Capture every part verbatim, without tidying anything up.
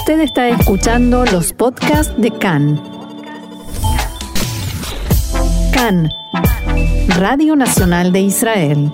Usted está escuchando los podcasts de C A N. C A N, Radio Nacional de Israel.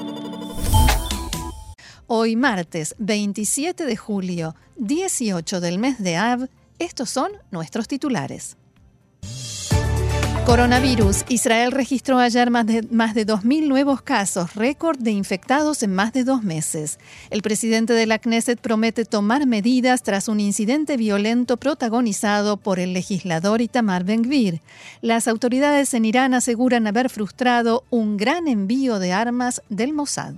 Hoy martes veintisiete de julio, dieciocho del mes de Av, estos son nuestros titulares. Coronavirus. Israel registró ayer más de, más de dos mil nuevos casos, récord de infectados en más de dos meses. El presidente de la Knesset promete tomar medidas tras un incidente violento protagonizado por el legislador Itamar Ben-Gvir. Las autoridades en Irán aseguran haber frustrado un gran envío de armas del Mossad.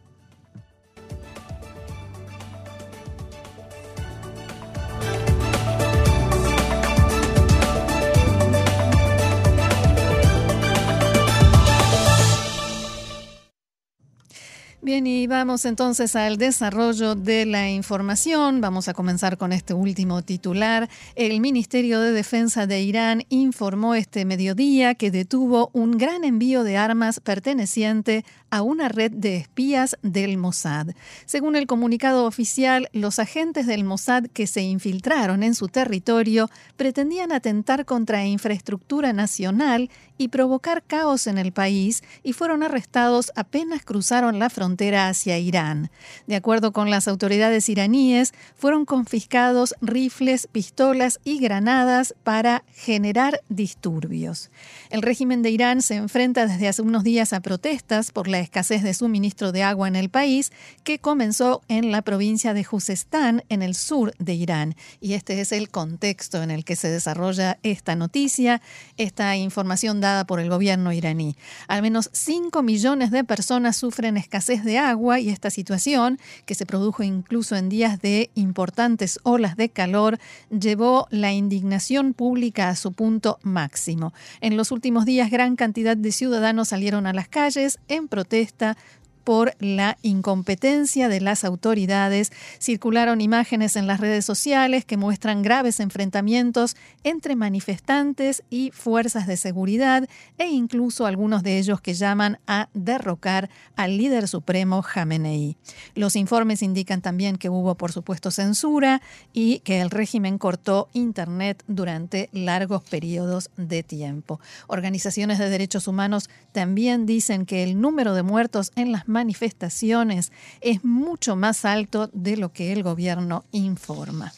Bien, y vamos entonces al desarrollo de la información. Vamos a comenzar con este último titular. El Ministerio de Defensa de Irán informó este mediodía que detuvo un gran envío de armas perteneciente a una red de espías del Mossad. Según el comunicado oficial, los agentes del Mossad que se infiltraron en su territorio pretendían atentar contra infraestructura nacional y provocar caos en el país, y fueron arrestados apenas cruzaron la frontera hacia Irán. De acuerdo con las autoridades iraníes, fueron confiscados rifles, pistolas y granadas para generar disturbios. El régimen de Irán se enfrenta desde hace unos días a protestas por la escasez de suministro de agua en el país, que comenzó en la provincia de Juzestán, en el sur de Irán. Y este es el contexto en el que se desarrolla esta noticia, esta información dada por el gobierno iraní. Al menos cinco millones de personas sufren escasez de agua, y esta situación, que se produjo incluso en días de importantes olas de calor, llevó la indignación pública a su punto máximo. En los últimos días, gran cantidad de ciudadanos salieron a las calles en protesta por la incompetencia de las autoridades. Circularon imágenes en las redes sociales que muestran graves enfrentamientos entre manifestantes y fuerzas de seguridad, e incluso algunos de ellos que llaman a derrocar al líder supremo Jamenei. Los informes indican también que hubo, por supuesto, censura y que el régimen cortó Internet durante largos periodos de tiempo. Organizaciones de derechos humanos también dicen que el número de muertos en las manifestaciones es mucho más alto de lo que el gobierno informa.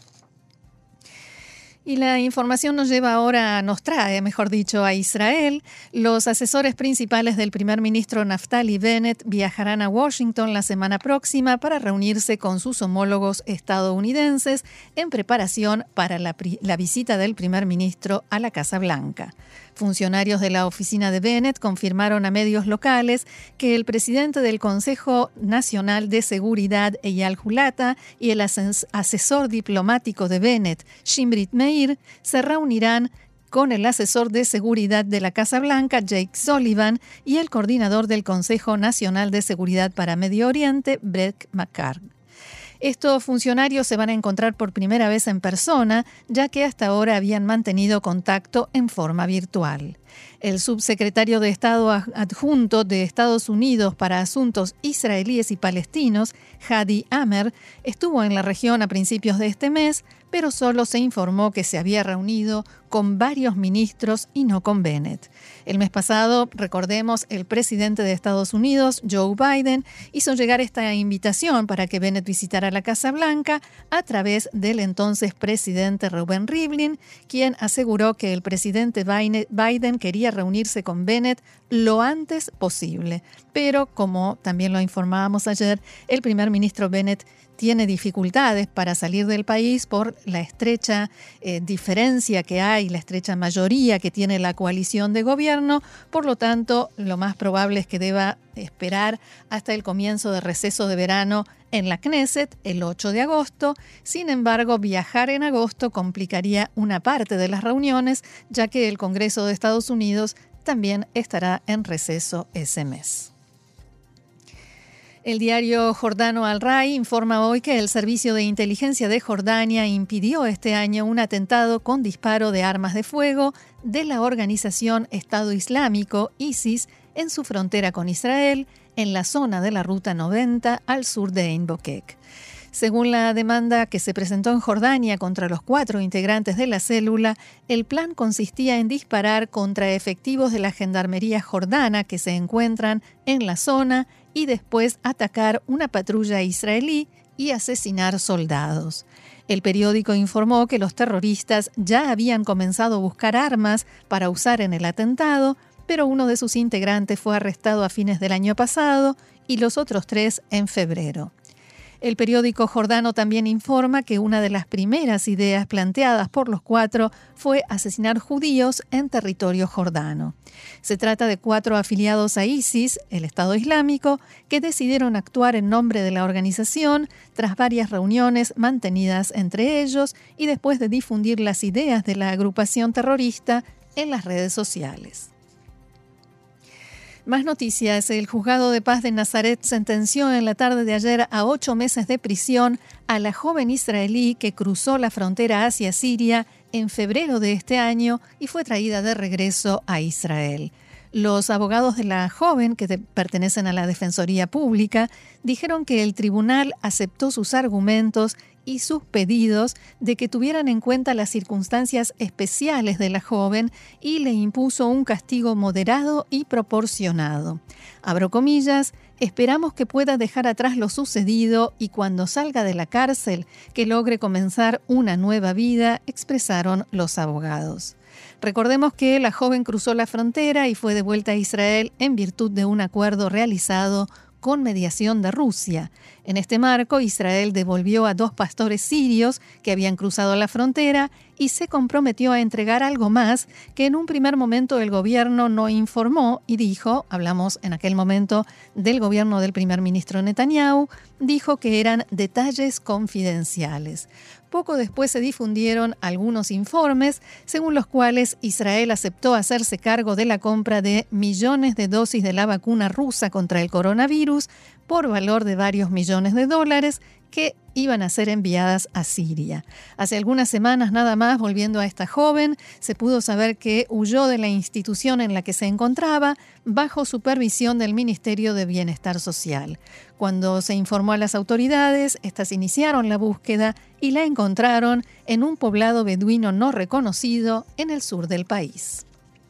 Y la información nos lleva ahora, nos trae, mejor dicho, a Israel. Los asesores principales del primer ministro Naftali Bennett viajarán a Washington la semana próxima para reunirse con sus homólogos estadounidenses en preparación para la, la visita del primer ministro a la Casa Blanca. Funcionarios de la oficina de Bennett confirmaron a medios locales que el presidente del Consejo Nacional de Seguridad, Eyal Hulata, y el asesor diplomático de Bennett, Shimrit Meir, se reunirán con el asesor de seguridad de la Casa Blanca, Jake Sullivan, y el coordinador del Consejo Nacional de Seguridad para Medio Oriente, Brett McCarthy. Estos funcionarios se van a encontrar por primera vez en persona, ya que hasta ahora habían mantenido contacto en forma virtual. El subsecretario de Estado adjunto de Estados Unidos para Asuntos Israelíes y Palestinos, Hadi Amer, estuvo en la región a principios de este mes, pero solo se informó que se había reunido con varios ministros y no con Bennett. El mes pasado, recordemos, el presidente de Estados Unidos, Joe Biden, hizo llegar esta invitación para que Bennett visitara la Casa Blanca a través del entonces presidente Reuven Rivlin, quien aseguró que el presidente Biden quería reunirse con Bennett lo antes posible. Pero, como también lo informábamos ayer, el primer ministro Bennett tiene dificultades para salir del país por la estrecha eh, diferencia que hay, la estrecha mayoría que tiene la coalición de gobierno. Por lo tanto, lo más probable es que deba esperar hasta el comienzo de receso de verano en la Knesset, el ocho de agosto. Sin embargo, viajar en agosto complicaría una parte de las reuniones, ya que el Congreso de Estados Unidos también estará en receso ese mes. El diario jordano Al-Rai informa hoy que el Servicio de Inteligencia de Jordania impidió este año un atentado con disparo de armas de fuego de la organización Estado Islámico, ISIS, en su frontera con Israel, en la zona de la Ruta noventa al sur de Ein Bokek. Según la demanda que se presentó en Jordania contra los cuatro integrantes de la célula, el plan consistía en disparar contra efectivos de la gendarmería jordana que se encuentran en la zona y después atacar una patrulla israelí y asesinar soldados. El periódico informó que los terroristas ya habían comenzado a buscar armas para usar en el atentado, pero uno de sus integrantes fue arrestado a fines del año pasado y los otros tres en febrero. El periódico jordano también informa que una de las primeras ideas planteadas por los cuatro fue asesinar judíos en territorio jordano. Se trata de cuatro afiliados a ISIS, el Estado Islámico, que decidieron actuar en nombre de la organización tras varias reuniones mantenidas entre ellos y después de difundir las ideas de la agrupación terrorista en las redes sociales. Más noticias. El juzgado de paz de Nazaret sentenció en la tarde de ayer a ocho meses de prisión a la joven israelí que cruzó la frontera hacia Siria en febrero de este año y fue traída de regreso a Israel. Los abogados de la joven, que pertenecen a la Defensoría Pública, dijeron que el tribunal aceptó sus argumentos y sus pedidos de que tuvieran en cuenta las circunstancias especiales de la joven y le impuso un castigo moderado y proporcionado. Abro comillas, esperamos que pueda dejar atrás lo sucedido y cuando salga de la cárcel, que logre comenzar una nueva vida, expresaron los abogados. Recordemos que la joven cruzó la frontera y fue devuelta a Israel en virtud de un acuerdo realizado con mediación de Rusia. En este marco, Israel devolvió a dos pastores sirios que habían cruzado la frontera y se comprometió a entregar algo más que en un primer momento el gobierno no informó y dijo, hablamos en aquel momento del gobierno del primer ministro Netanyahu, dijo que eran detalles confidenciales. Poco después se difundieron algunos informes según los cuales Israel aceptó hacerse cargo de la compra de millones de dosis de la vacuna rusa contra el coronavirus por valor de varios millones de dólares que iban a ser enviadas a Siria. Hace algunas semanas nada más, volviendo a esta joven, se pudo saber que huyó de la institución en la que se encontraba bajo supervisión del Ministerio de Bienestar Social. Cuando se informó a las autoridades, estas iniciaron la búsqueda y la encontraron en un poblado beduino no reconocido en el sur del país.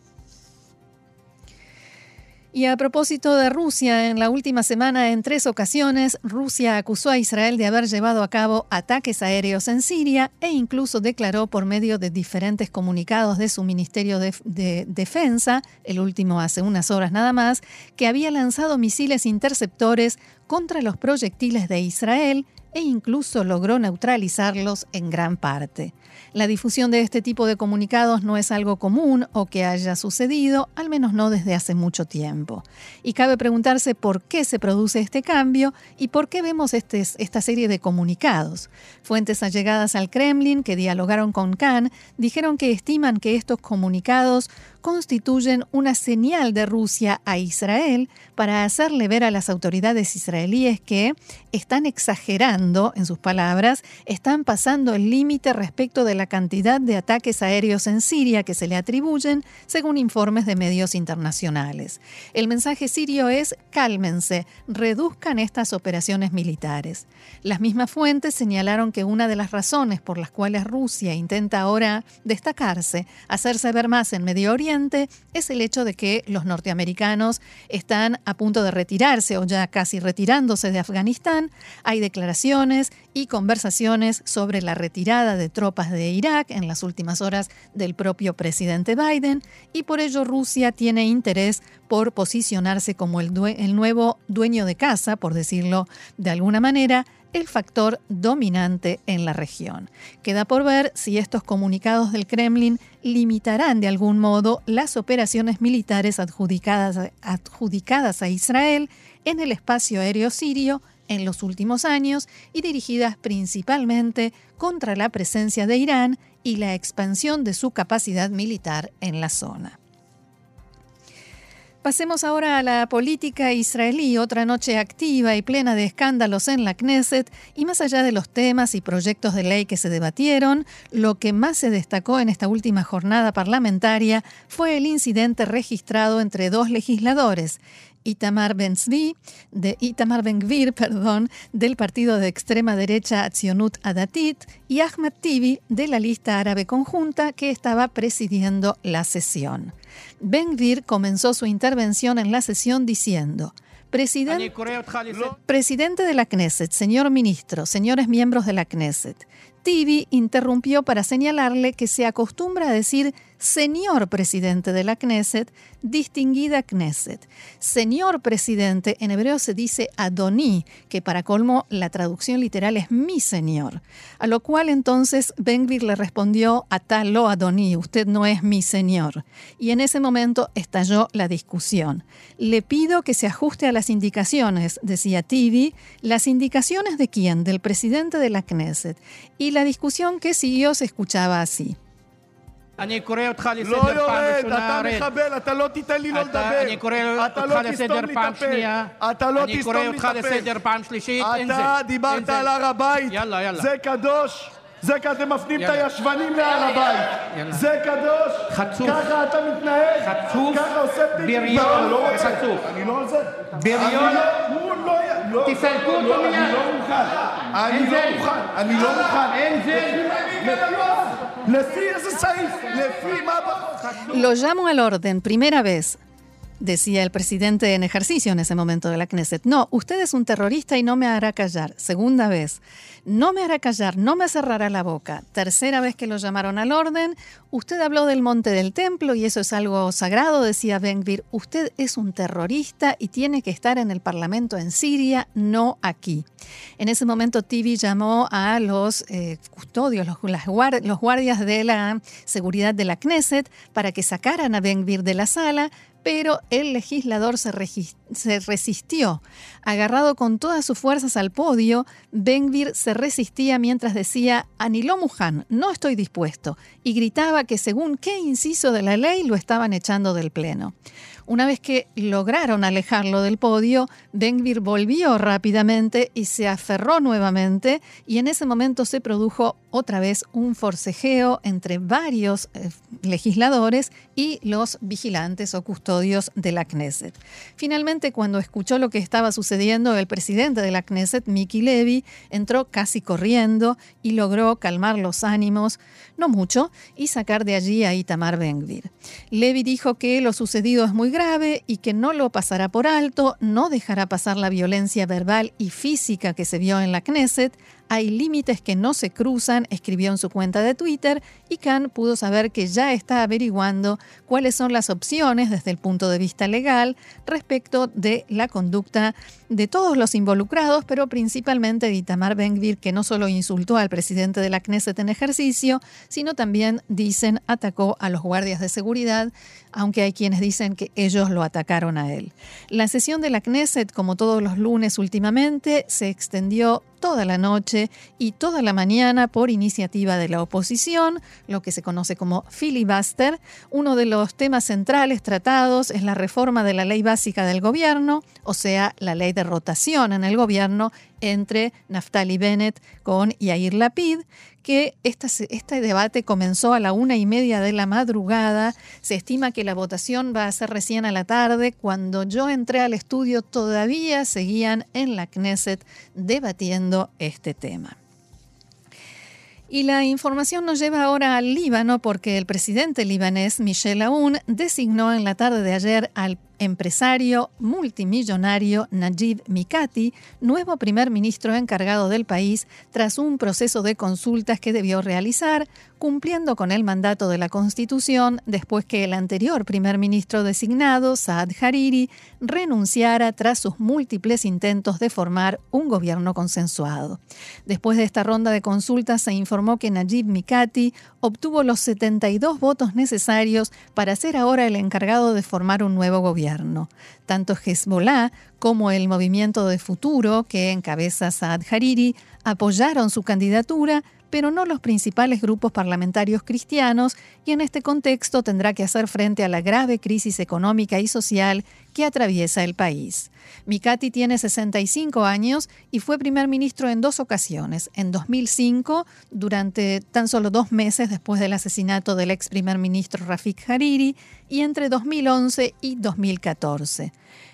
Y a propósito de Rusia, en la última semana, en tres ocasiones, Rusia acusó a Israel de haber llevado a cabo ataques aéreos en Siria e incluso declaró por medio de diferentes comunicados de su Ministerio de, de Defensa, el último hace unas horas nada más, que había lanzado misiles interceptores contra los proyectiles de Israel e incluso logró neutralizarlos en gran parte. La difusión de este tipo de comunicados no es algo común o que haya sucedido, al menos no desde hace mucho tiempo. Y cabe preguntarse por qué se produce este cambio y por qué vemos este, esta serie de comunicados. Fuentes allegadas al Kremlin que dialogaron con Khan dijeron que estiman que estos comunicados constituyen una señal de Rusia a Israel para hacerle ver a las autoridades israelíes que están exagerando, en sus palabras, están pasando el límite respecto de la cantidad de ataques aéreos en Siria que se le atribuyen, según informes de medios internacionales. El mensaje sirio es: cálmense, reduzcan estas operaciones militares. Las mismas fuentes señalaron que una de las razones por las cuales Rusia intenta ahora destacarse, hacerse ver más en Medio Oriente, es el hecho de que los norteamericanos están a punto de retirarse o ya casi retirándose de Afganistán. Hay declaraciones y conversaciones sobre la retirada de tropas de Irak en las últimas horas del propio presidente Biden y por ello Rusia tiene interés por posicionarse como el, due- el nuevo dueño de casa, por decirlo de alguna manera, el factor dominante en la región. Queda por ver si estos comunicados del Kremlin limitarán de algún modo las operaciones militares adjudicadas, adjudicadas a Israel en el espacio aéreo sirio en los últimos años y dirigidas principalmente contra la presencia de Irán y la expansión de su capacidad militar en la zona. Pasemos ahora a la política israelí, otra noche activa y plena de escándalos en la Knesset, y más allá de los temas y proyectos de ley que se debatieron, lo que más se destacó en esta última jornada parlamentaria fue el incidente registrado entre dos legisladores. Itamar Ben-Zvi, de Itamar Ben-Gvir, perdón, del partido de extrema derecha Tzionut Adatit, y Ahmad Tibi, de la lista árabe conjunta, que estaba presidiendo la sesión. Ben-Gvir comenzó su intervención en la sesión diciendo: Presidente, presidente de la Knesset, señor ministro, señores miembros de la Knesset. Tibi interrumpió para señalarle que se acostumbra a decir señor presidente de la Knesset, distinguida Knesset. Señor presidente, en hebreo se dice Adoní, que para colmo la traducción literal es mi señor. A lo cual entonces Ben-Gvir le respondió: Atá lo Adoní, usted no es mi señor. Y en ese momento estalló la discusión. Le pido que se ajuste a las indicaciones, decía Tibi. ¿Las indicaciones de quién? Del presidente de la Knesset. Y la discusión que siguió se escuchaba así. אני קורא אותך לסדר פעם ראשונה, רד. אתה מחבל, אתה לא תיתן לי לא לדבר. אני קורא אותך לסדר פעם שנייה. אתה לא תסתום לי את הפה. אני קורא אותך לסדר פעם שלישית. אתה דיברת על הר הבית. יאללה, יאללה. זה קדוש. זה כזה מפנים את הישבנים להר הבית. זה קדוש. חצוף. ככה אתה מתנהג. חצוף. ככה עושה בריון. חצוף. אני לא על זה. בריון. תסלקו אותו מיד. אני לא מוכן. אני לא mukhan. אני לא mukhan. אין זה. Lo llamo al orden, primera vez, decía el presidente en ejercicio en ese momento de la Knesset. No, usted es un terrorista y no me hará callar. Segunda vez, no me hará callar, no me cerrará la boca. Tercera vez que lo llamaron al orden. Usted habló del monte del templo y eso es algo sagrado, decía Ben-Gvir. Usted es un terrorista y tiene que estar en el parlamento en Siria, no aquí. En ese momento Tibi llamó a los eh, custodios, los, las guard- los guardias de la seguridad de la Knesset para que sacaran a Ben-Gvir de la sala, pero el legislador se, regis- se resistió. Agarrado con todas sus fuerzas al podio, Ben-Gvir se resistía mientras decía «Ani lo mukhan, no estoy dispuesto», y gritaba que según qué inciso de la ley lo estaban echando del pleno. Una vez que lograron alejarlo del podio, Ben-Gvir volvió rápidamente y se aferró nuevamente, y en ese momento se produjo otra vez un forcejeo entre varios eh, legisladores y los vigilantes o custodios de la Knesset. Finalmente, cuando escuchó lo que estaba sucediendo, el presidente de la Knesset, Miki Levy, entró casi corriendo y logró calmar los ánimos, no mucho, y sacar de allí a Itamar Ben-Gvir. Levy dijo que lo sucedido es muy grave y que no lo pasará por alto, no dejará pasar la violencia verbal y física que se vio en la Knesset. Hay límites que no se cruzan, escribió en su cuenta de Twitter, y Khan pudo saber que ya está averiguando cuáles son las opciones desde el punto de vista legal respecto de la conducta de todos los involucrados, pero principalmente de Itamar Ben-Gvir, que no solo insultó al presidente de la Knesset en ejercicio, sino también, dicen, atacó a los guardias de seguridad, aunque hay quienes dicen que ellos lo atacaron a él. La sesión de la Knesset, como todos los lunes últimamente, se extendió toda la noche y toda la mañana por iniciativa de la oposición, lo que se conoce como filibuster. Uno de los temas centrales tratados es la reforma de la ley básica del gobierno, o sea, la ley de rotación en el gobierno entre Naftali Bennett con Yair Lapid, que esta, este debate comenzó a la una y media de la madrugada. Se estima que la votación va a ser recién a la tarde. Cuando yo entré al estudio todavía seguían en la Knesset debatiendo este tema. Y la información nos lleva ahora al Líbano, porque el presidente libanés Michel Aoun designó en la tarde de ayer al empresario multimillonario Najib Mikati, nuevo primer ministro encargado del país, tras un proceso de consultas que debió realizar, cumpliendo con el mandato de la Constitución, después que el anterior primer ministro designado, Saad Hariri, renunciara tras sus múltiples intentos de formar un gobierno consensuado. Después de esta ronda de consultas, se informó que Najib Mikati obtuvo los setenta y dos votos necesarios para ser ahora el encargado de formar un nuevo gobierno. Tanto Hezbollah como el Movimiento de Futuro, que encabeza Saad Hariri, apoyaron su candidatura, pero no los principales grupos parlamentarios cristianos, y en este contexto tendrá que hacer frente a la grave crisis económica y social que atraviesa el país. Mikati tiene sesenta y cinco años y fue primer ministro en dos ocasiones, en dos mil cinco, durante tan solo dos meses después del asesinato del ex primer ministro Rafik Hariri, y entre dos mil once y dos mil catorce.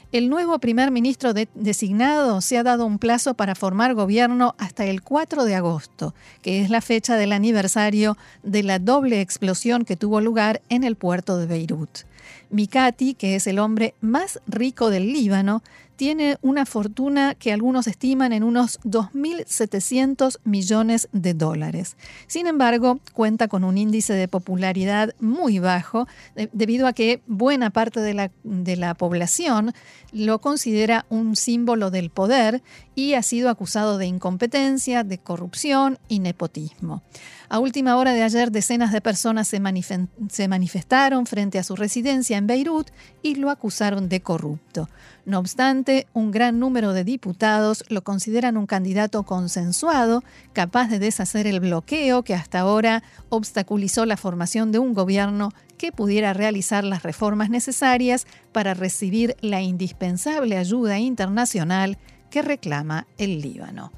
El nuevo primer ministro de- designado se ha dado un plazo para formar gobierno hasta el cuatro de agosto, que es la fecha del aniversario de la doble explosión que tuvo lugar en el puerto de Beirut. Mikati, que es el hombre más rico del Líbano, tiene una fortuna que algunos estiman en unos dos mil setecientos millones de dólares. Sin embargo, cuenta con un índice de popularidad muy bajo de, debido a que buena parte de la, de la población lo considera un símbolo del poder y ha sido acusado de incompetencia, de corrupción y nepotismo. A última hora de ayer, decenas de personas se, manif- se manifestaron frente a su residencia en Beirut y lo acusaron de corrupto. No obstante, un gran número de diputados lo consideran un candidato consensuado, capaz de deshacer el bloqueo que hasta ahora obstaculizó la formación de un gobierno que pudiera realizar las reformas necesarias para recibir la indispensable ayuda internacional que reclama el Líbano.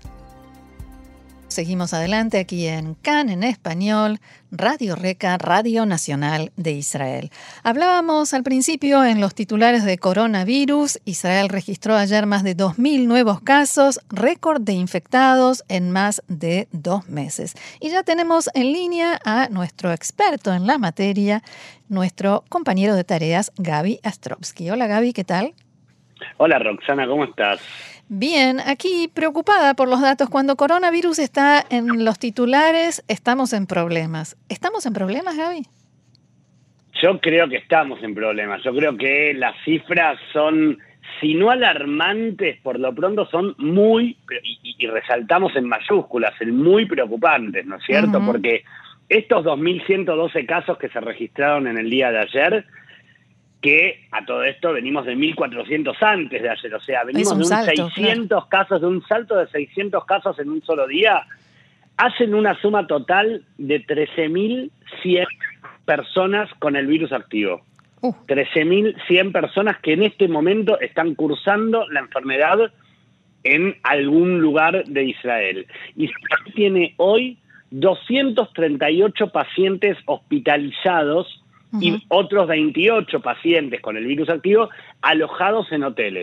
Seguimos adelante aquí en CAN en español, Radio Reca, Radio Nacional de Israel. Hablábamos al principio en los titulares de coronavirus. Israel registró ayer más de dos mil nuevos casos, récord de infectados en más de dos meses. Y ya tenemos en línea a nuestro experto en la materia, nuestro compañero de tareas, Gaby Astrovsky. Hola Gaby, ¿qué tal? Hola Roxana, ¿cómo estás? Bien, aquí preocupada por los datos. Cuando coronavirus está en los titulares, estamos en problemas. ¿Estamos en problemas, Gaby? Yo creo que estamos en problemas. Yo creo que las cifras son, si no alarmantes, por lo pronto son muy, y, y resaltamos en mayúsculas, el muy preocupantes, ¿no es cierto? Uh-huh. Porque estos dos mil ciento doce casos que se registraron en el día de ayer, que a todo esto venimos de mil cuatrocientos antes de ayer, o sea, venimos un de un salto, seiscientos claro. casos, de un salto de seiscientos casos en un solo día, hacen una suma total de trece mil cien personas con el virus activo. Uh. trece mil cien personas que en este momento están cursando la enfermedad en algún lugar de Israel. Israel tiene hoy doscientos treinta y ocho pacientes hospitalizados Uh-huh. y otros veintiocho pacientes con el virus activo alojados en hoteles.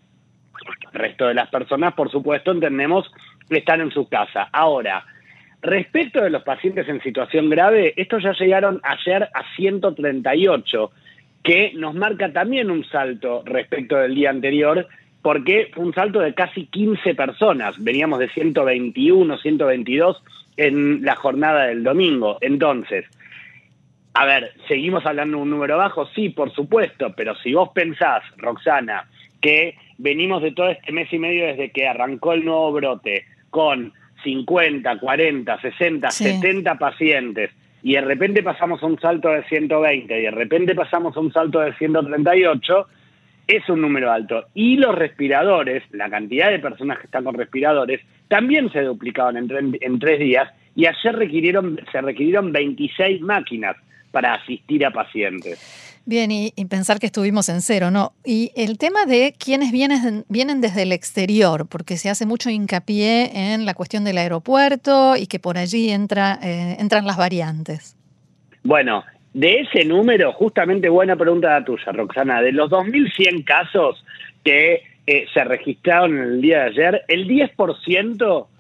El resto de las personas, por supuesto, entendemos que están en su casa. Ahora, respecto de los pacientes en situación grave, estos ya llegaron ayer a ciento treinta y ocho, que nos marca también un salto respecto del día anterior, porque fue un salto de casi quince personas. Veníamos de ciento veintiuno, ciento veintidós en la jornada del domingo. Entonces, a ver, ¿seguimos hablando de un número bajo? Sí, por supuesto, pero si vos pensás, Roxana, que venimos de todo este mes y medio desde que arrancó el nuevo brote con cincuenta, cuarenta, sesenta, sí. setenta pacientes y de repente pasamos a un salto de ciento veinte y de repente pasamos a un salto de ciento treinta y ocho, es un número alto. Y los respiradores, la cantidad de personas que están con respiradores, también se duplicaron en, tre- en tres días y ayer requirieron, se requirieron veintiséis máquinas para asistir a pacientes. Bien, y, y pensar que estuvimos en cero, ¿no? Y el tema de quienes vienen, vienen desde el exterior, porque se hace mucho hincapié en la cuestión del aeropuerto y que por allí entra, eh, entran las variantes. Bueno, de ese número, justamente buena pregunta la tuya, Roxana, de los dos mil cien casos que eh, se registraron en el día de ayer, el diez por ciento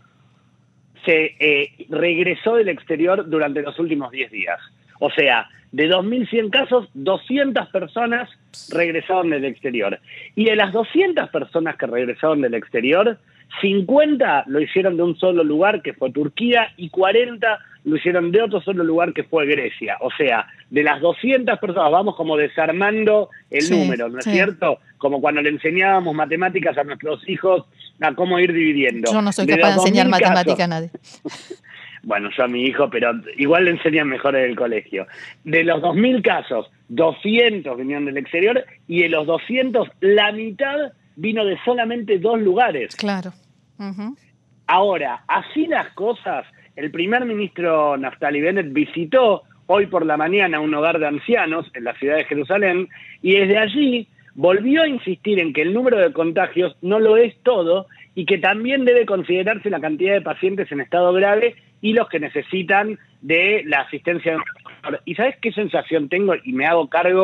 se eh, regresó del exterior durante los últimos diez días. O sea, de dos mil cien casos, doscientas personas regresaron del exterior. Y de las doscientas personas que regresaron del exterior, cincuenta lo hicieron de un solo lugar, que fue Turquía, y cuarenta lo hicieron de otro solo lugar, que fue Grecia. O sea, de las doscientas personas, vamos como desarmando el sí, número, ¿no es sí. cierto? Como cuando le enseñábamos matemáticas a nuestros hijos a cómo ir dividiendo. Yo no soy de capaz de enseñar matemática a nadie. Bueno, yo a mi hijo, pero igual le enseñan mejor en el colegio. De los dos mil casos, doscientos vinieron del exterior y de los doscientos, la mitad vino de solamente dos lugares. Claro. Uh-huh. Ahora, así las cosas, el primer ministro Naftali Bennett visitó hoy por la mañana un hogar de ancianos en la ciudad de Jerusalén y desde allí volvió a insistir en que el número de contagios no lo es todo y que también debe considerarse la cantidad de pacientes en estado grave y los que necesitan de la asistencia de un doctor. ¿Y sabes qué sensación tengo? Y me hago cargo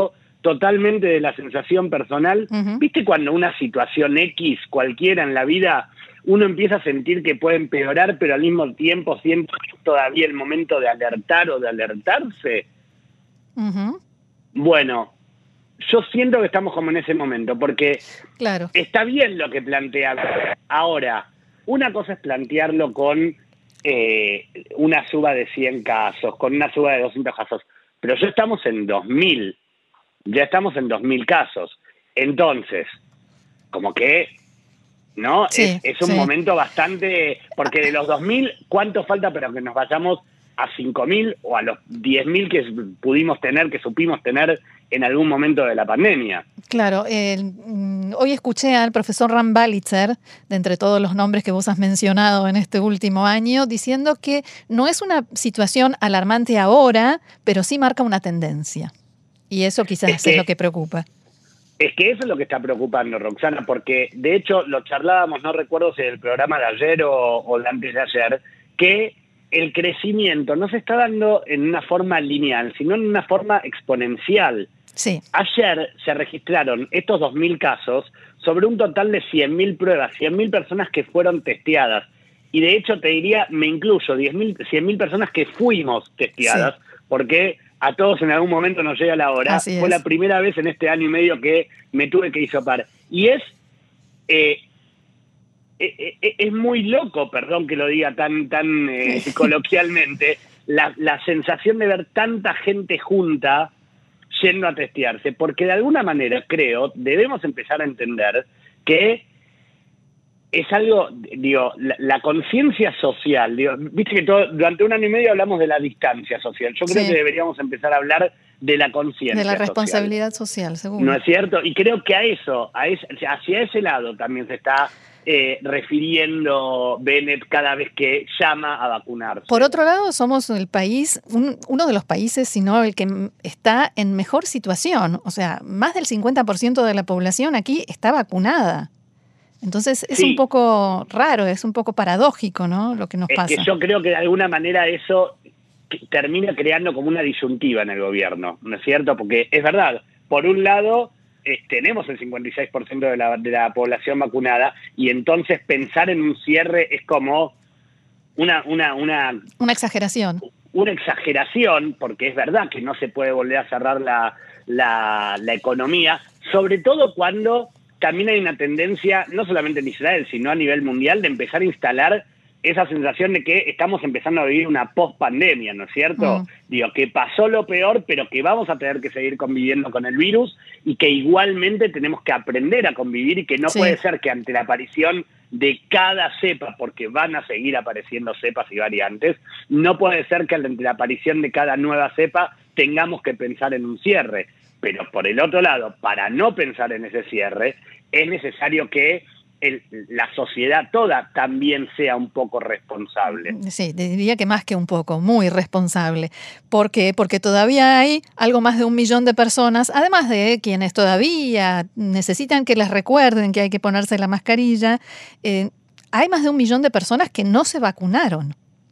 totalmente de la sensación personal. Uh-huh. ¿Viste cuando una situación X, cualquiera en la vida, uno empieza a sentir que puede empeorar, pero al mismo tiempo siente todavía el momento de alertar o de alertarse? Uh-huh. Bueno, yo siento que estamos como en ese momento, porque claro. está bien lo que plantea. Ahora, una cosa es plantearlo con eh, una suba de cien casos, con una suba de doscientos casos, pero ya estamos en dos mil, ya estamos en dos mil casos. Entonces, como que, ¿no? Sí, es, es un sí. momento bastante, porque de los dos mil, ¿cuánto falta para que nos vayamos a cinco mil o a los diez mil que pudimos tener, que supimos tener en algún momento de la pandemia? Claro, eh, hoy escuché al profesor Ran Balitzer, de entre todos los nombres que vos has mencionado en este último año, diciendo que no es una situación alarmante ahora, pero sí marca una tendencia. Y eso quizás es, que, es lo que preocupa. Es que eso es lo que está preocupando, Roxana, porque de hecho lo charlábamos, no recuerdo si en el programa de ayer o, o de antes de ayer, que el crecimiento no se está dando en una forma lineal, sino en una forma exponencial. Sí. Ayer se registraron estos dos mil casos sobre un total de cien mil pruebas, cien mil personas que fueron testeadas. Y de hecho te diría, me incluyo, diez mil, cien mil personas que fuimos testeadas, sí. porque a todos en algún momento nos llega la hora. Así Fue es. la primera vez en este año y medio que me tuve que hisopar. Y es... Eh, es muy loco, perdón que lo diga tan tan eh, coloquialmente, la, la sensación de ver tanta gente junta yendo a testearse, porque de alguna manera, creo, debemos empezar a entender que es algo, digo, la, la conciencia social, digo, viste que todo, durante un año y medio hablamos de la distancia social, yo creo sí. que deberíamos empezar a hablar de la conciencia de la responsabilidad social, social, seguro. ¿No es cierto? Y creo que a eso, a ese, hacia ese lado también se está eh, refiriendo Bennett cada vez que llama a vacunarse. Por otro lado, somos el país, un, uno de los países, si no el que está en mejor situación. O sea, más del cincuenta por ciento de la población aquí está vacunada. Entonces es sí. un poco raro, es un poco paradójico, ¿no? Lo que nos es pasa. Que yo creo que de alguna manera eso termina creando como una disyuntiva en el gobierno, ¿no es cierto? Porque es verdad, por un lado eh, tenemos el cincuenta y seis por ciento de la, de la población vacunada y entonces pensar en un cierre es como una... Una, una, una exageración. Una exageración, porque es verdad que no se puede volver a cerrar la, la, la economía, sobre todo cuando también hay una tendencia, no solamente en Israel, sino a nivel mundial, de empezar a instalar esa sensación de que estamos empezando a vivir una post-pandemia, ¿no es cierto? Mm. Digo, que pasó lo peor, pero que vamos a tener que seguir conviviendo con el virus y que igualmente tenemos que aprender a convivir y que no sí. puede ser que ante la aparición de cada cepa, porque van a seguir apareciendo cepas y variantes, no puede ser que ante la aparición de cada nueva cepa tengamos que pensar en un cierre. Pero por el otro lado, para no pensar en ese cierre, es necesario que El, la sociedad toda también sea un poco responsable. Sí, diría que más que un poco, muy responsable. ¿Por qué? Porque todavía hay algo más de un millón de personas, además de quienes todavía necesitan que les recuerden que hay que ponerse la mascarilla, eh, hay más de un millón de personas que no se vacunaron.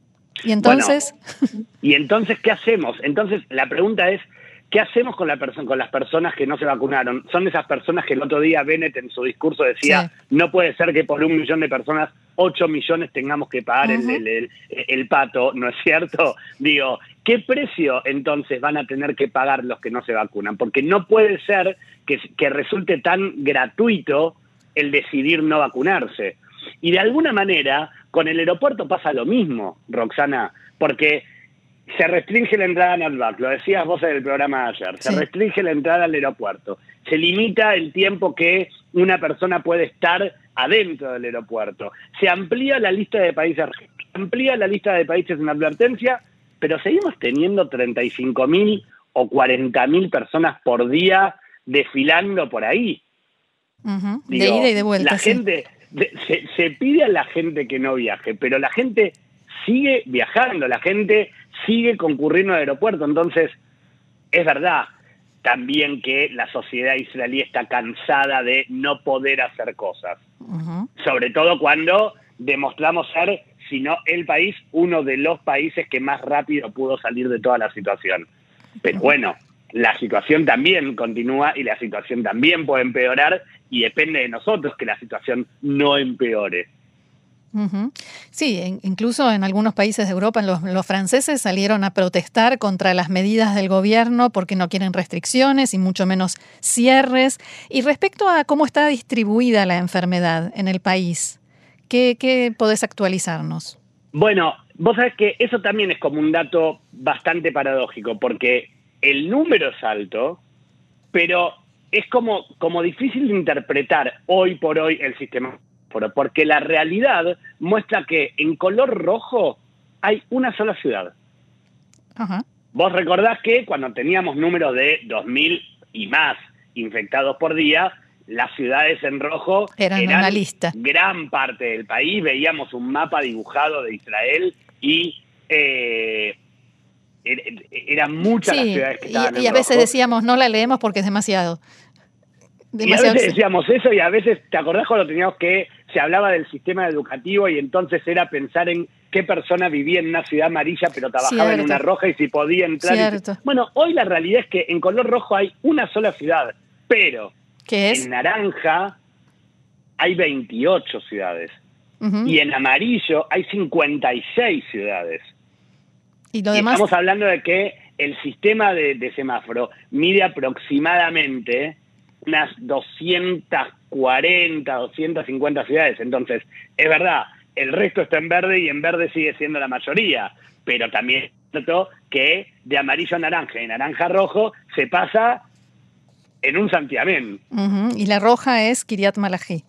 Y entonces... Bueno, ¿y entonces qué hacemos? Entonces la pregunta es, ¿qué hacemos con, la perso- con las personas que no se vacunaron? Son esas personas que el otro día Bennett en su discurso decía, sí. no puede ser que por un millón de personas, ocho millones tengamos que pagar uh-huh. el, el, el, el pato, ¿no es cierto? Digo, ¿qué precio entonces van a tener que pagar los que no se vacunan? Porque no puede ser que, que resulte tan gratuito el decidir no vacunarse. Y de alguna manera, con el aeropuerto pasa lo mismo, Roxana, porque... se restringe la entrada en Al-Baq, lo decías vos en el programa de ayer, se sí. restringe la entrada al aeropuerto, se limita el tiempo que una persona puede estar adentro del aeropuerto, se amplía la lista de países, se amplía la lista de países en advertencia, pero seguimos teniendo treinta y cinco mil o cuarenta mil personas por día desfilando por ahí. Uh-huh. Digo, de ida y de vuelta. La sí. gente, de, se, se pide a la gente que no viaje, pero la gente sigue viajando, la gente sigue concurriendo al aeropuerto. Entonces, es verdad también que la sociedad israelí está cansada de no poder hacer cosas. Uh-huh. Sobre todo cuando demostramos ser, si no el país, uno de los países que más rápido pudo salir de toda la situación. Pero bueno, la situación también continúa y la situación también puede empeorar y depende de nosotros que la situación no empeore. Uh-huh. Sí, en, incluso en algunos países de Europa los, los franceses salieron a protestar contra las medidas del gobierno porque no quieren restricciones y mucho menos cierres. Y respecto a cómo está distribuida la enfermedad en el país, ¿qué, qué podés actualizarnos? Bueno, vos sabés que eso también es como un dato bastante paradójico porque el número es alto, pero es como, como difícil de interpretar hoy por hoy el sistema, porque la realidad muestra que en color rojo hay una sola ciudad. Ajá. Vos recordás que cuando teníamos números de dos mil y más infectados por día, las ciudades en rojo eran, eran una lista. Gran parte del país, veíamos un mapa dibujado de Israel y... Eh, eran muchas sí, las ciudades que estaban y, en y a veces rojo. decíamos, no la leemos porque es demasiado. demasiado. Y a veces decíamos eso y a veces, ¿te acordás cuando teníamos que, se hablaba del sistema educativo y entonces era pensar en qué persona vivía en una ciudad amarilla pero trabajaba Cierto. en una roja y si podía entrar? Y, bueno, hoy la realidad es que en color rojo hay una sola ciudad, pero ¿Qué es? en naranja hay veintiocho ciudades Uh-huh. y en amarillo hay cincuenta y seis ciudades. Y, lo demás... y estamos hablando de que el sistema de, de semáforo mide aproximadamente unas doscientas cuarenta, doscientas cincuenta ciudades. Entonces, es verdad, el resto está en verde y en verde sigue siendo la mayoría, pero también es cierto que de amarillo a naranja y naranja a rojo se pasa en un santiamén. Uh-huh. Y la roja es Kiryat Malachi.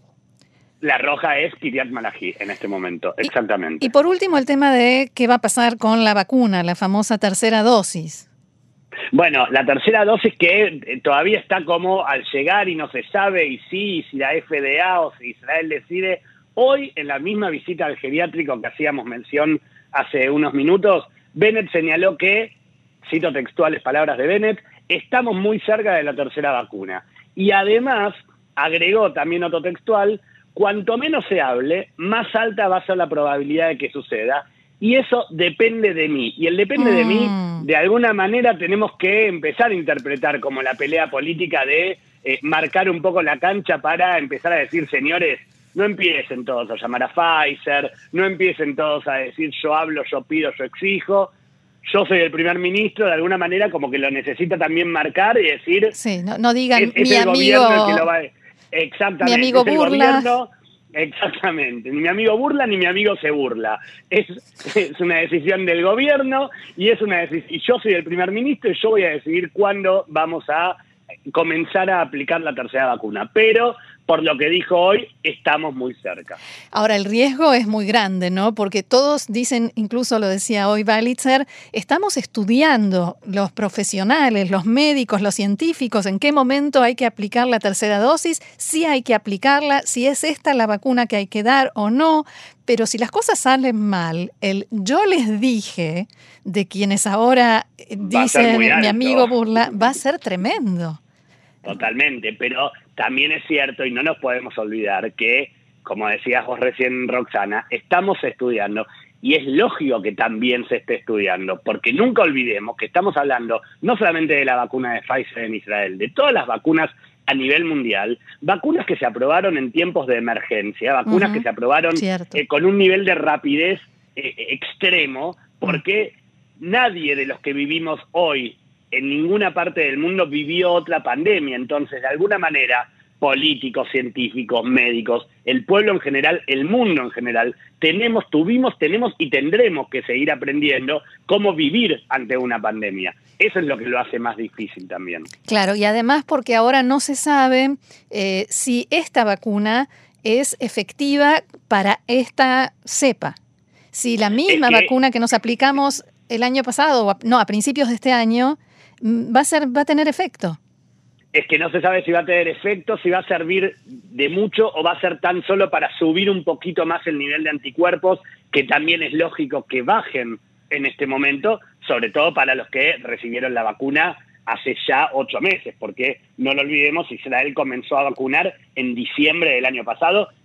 La roja es Kiryat Malachi en este momento, exactamente. Y, y por último, el tema de qué va a pasar con la vacuna, la famosa tercera dosis. Bueno, la tercera dosis que todavía está como al llegar y no se sabe y sí, y si la F D A o si Israel decide. Hoy, en la misma visita al geriátrico que hacíamos mención hace unos minutos, Bennett señaló que, cito textuales palabras de Bennett, estamos muy cerca de la tercera vacuna. Y además, agregó también otro textual, cuanto menos se hable, más alta va a ser la probabilidad de que suceda. Y eso depende de mí. Y el depende mm. de mí, de alguna manera tenemos que empezar a interpretar como la pelea política de eh, marcar un poco la cancha para empezar a decir, señores, no empiecen todos a llamar a Pfizer, no empiecen todos a decir yo hablo, yo pido, yo exijo. Yo soy el primer ministro, de alguna manera como que lo necesita también marcar y decir... Sí, no, no digan es, es mi el amigo... gobierno el que lo va a... Exactamente, mi amigo es el burla. Gobierno, exactamente, ni mi amigo burla ni mi amigo se burla. Es, es una decisión del gobierno y es una decisión, y yo soy el primer ministro y yo voy a decidir cuándo vamos a comenzar a aplicar la tercera vacuna. Pero, por lo que dijo hoy, estamos muy cerca. Ahora, el riesgo es muy grande, ¿no? Porque todos dicen, incluso lo decía hoy Balitzer, estamos estudiando los profesionales, los médicos, los científicos, en qué momento hay que aplicar la tercera dosis, si hay que aplicarla, si es esta la vacuna que hay que dar o no. Pero si las cosas salen mal, el yo les dije de quienes ahora dicen mi amigo burla, va a ser tremendo. Totalmente, pero también es cierto y no nos podemos olvidar que, como decías vos recién, Roxana, estamos estudiando y es lógico que también se esté estudiando, porque nunca olvidemos que estamos hablando no solamente de la vacuna de Pfizer en Israel, de todas las vacunas a nivel mundial, vacunas que se aprobaron en tiempos de emergencia, vacunas uh-huh. que se aprobaron eh, con un nivel de rapidez eh, extremo, porque uh-huh. nadie de los que vivimos hoy en ninguna parte del mundo vivió otra pandemia. Entonces, de alguna manera, políticos, científicos, médicos, el pueblo en general, el mundo en general, tenemos, tuvimos, tenemos y tendremos que seguir aprendiendo cómo vivir ante una pandemia. Eso es lo que lo hace más difícil también. Claro, y además porque ahora no se sabe eh, si esta vacuna es efectiva para esta cepa. Si la misma es que, vacuna que nos aplicamos el año pasado, no, a principios de este año, va a ser, va a tener efecto. Es que no se sabe si va a tener efecto, si va a servir de mucho o va a ser tan solo para subir un poquito más el nivel de anticuerpos, que también es lógico que bajen en este momento, sobre todo para los que recibieron la vacuna hace ya ocho meses, porque no lo olvidemos, Israel comenzó a vacunar en diciembre del año pasado,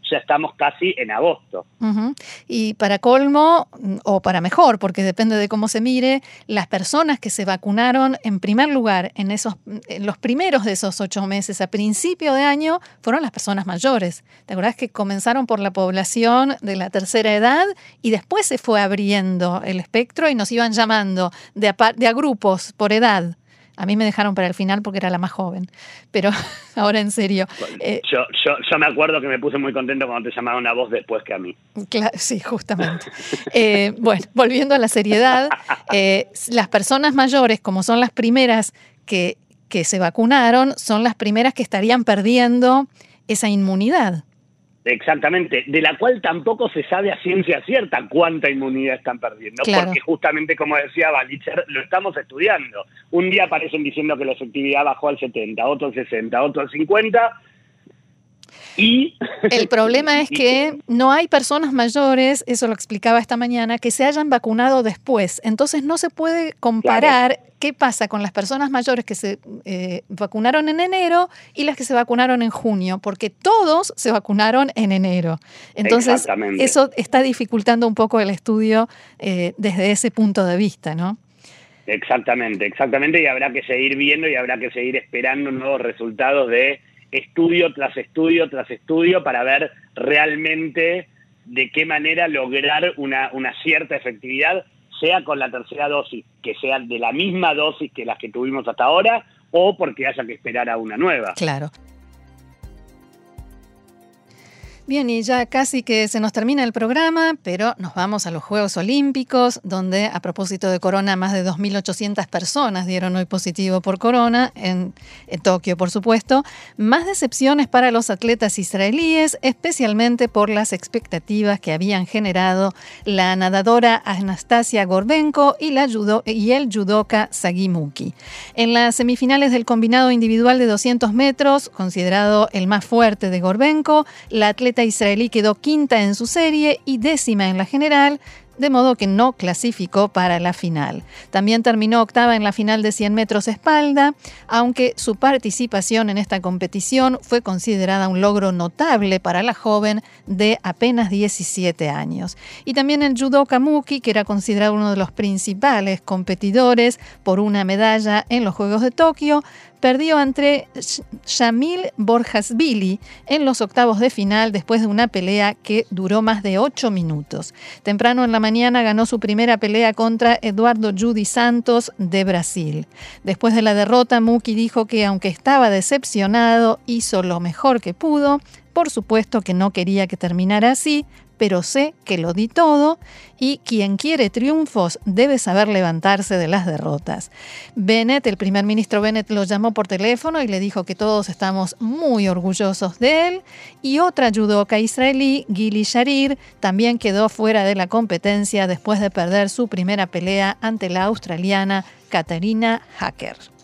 ya estamos casi en agosto. Uh-huh. Y para colmo, o para mejor, porque depende de cómo se mire, las personas que se vacunaron en primer lugar en, esos, en los primeros de esos ocho meses a principio de año fueron las personas mayores. ¿Te acordás que comenzaron por la población de la tercera edad y después se fue abriendo el espectro y nos iban llamando de a, de a grupos por edad? A mí me dejaron para el final porque era la más joven, pero ahora en serio. Eh, yo, yo, yo me acuerdo que me puse muy contento cuando te llamaron a vos después que a mí. Claro, sí, justamente. eh, bueno, volviendo a la seriedad, eh, las personas mayores, como son las primeras que, que se vacunaron, son las primeras que estarían perdiendo esa inmunidad. Exactamente, de la cual tampoco se sabe a ciencia cierta cuánta inmunidad están perdiendo, claro. Porque justamente, como decía Balicer, lo estamos estudiando. Un día aparecen diciendo que la efectividad bajó al setenta, otro al sesenta, otro al cincuenta. Y el problema es que no hay personas mayores, eso lo explicaba esta mañana, que se hayan vacunado después. Entonces no se puede comparar claro. qué pasa con las personas mayores que se eh, vacunaron en enero y las que se vacunaron en junio, porque todos se vacunaron en enero. Entonces eso está dificultando un poco el estudio eh, desde ese punto de vista, ¿no? Exactamente, exactamente, y habrá que seguir viendo y habrá que seguir esperando nuevos resultados de estudio tras estudio tras estudio para ver realmente de qué manera lograr una, una cierta efectividad, sea con la tercera dosis, que sea de la misma dosis que las que tuvimos hasta ahora, o porque haya que esperar a una nueva. Claro. Bien, y ya casi que se nos termina el programa, pero nos vamos a los Juegos Olímpicos, donde a propósito de corona, más de dos mil ochocientas personas dieron hoy positivo por corona, en, en Tokio, por supuesto. Más decepciones para los atletas israelíes, especialmente por las expectativas que habían generado la nadadora Anastasia Gorbenko y, la judo, y el judoka Sagi Muki. En las semifinales del combinado individual de doscientos metros, considerado el más fuerte de Gorbenko, la atleta israelí quedó quinta en su serie y décima en la general, de modo que no clasificó para la final. También terminó octava en la final de cien metros espalda, aunque su participación en esta competición fue considerada un logro notable para la joven de apenas diecisiete años. Y también el judoka Muki, que era considerado uno de los principales competidores por una medalla en los Juegos de Tokio, perdió ante Shamil Borjasvili en los octavos de final después de una pelea que duró más de ocho minutos. Temprano en la mañana ganó su primera pelea contra Eduardo Judy Santos de Brasil. Después de la derrota, Muki dijo que aunque estaba decepcionado, hizo lo mejor que pudo. Por supuesto que no quería que terminara así, pero sé que lo di todo y quien quiere triunfos debe saber levantarse de las derrotas. Bennett, el primer ministro Bennett, lo llamó por teléfono y le dijo que todos estamos muy orgullosos de él. Y otra judoka israelí, Gili Sharir, también quedó fuera de la competencia después de perder su primera pelea ante la australiana Katarina Hacker.